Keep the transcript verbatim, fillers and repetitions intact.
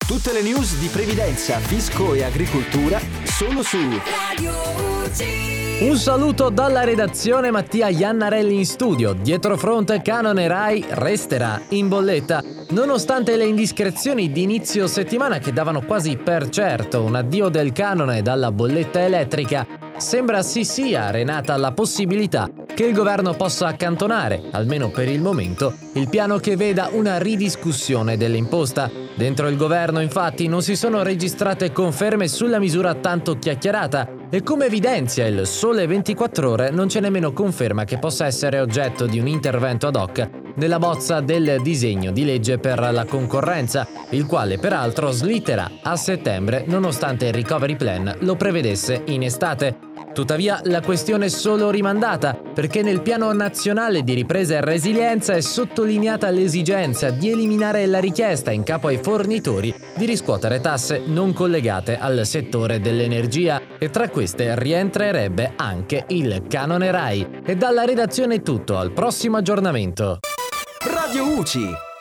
Tutte le news di previdenza, fisco e agricoltura solo su Radio U G. Un saluto dalla redazione, Mattia Iannarelli in studio. Dietro front, Canone Rai resterà in bolletta. Nonostante le indiscrezioni di inizio settimana che davano quasi per certo un addio del canone dalla bolletta elettrica, sembra si sia arenata la possibilità che il governo possa accantonare, almeno per il momento, il piano che veda una ridiscussione dell'imposta. Dentro il governo, infatti, non si sono registrate conferme sulla misura tanto chiacchierata e, come evidenzia il Sole ventiquattro Ore, non c'è nemmeno conferma che possa essere oggetto di un intervento ad hoc nella bozza del disegno di legge per la concorrenza, il quale peraltro slitterà a settembre nonostante il recovery plan lo prevedesse in estate. Tuttavia la questione è solo rimandata perché nel piano nazionale di ripresa e resilienza è sottolineata l'esigenza di eliminare la richiesta in capo ai fornitori di riscuotere tasse non collegate al settore dell'energia, e tra queste rientrerebbe anche il canone Rai. E dalla redazione è tutto, al prossimo aggiornamento. Radio U C I.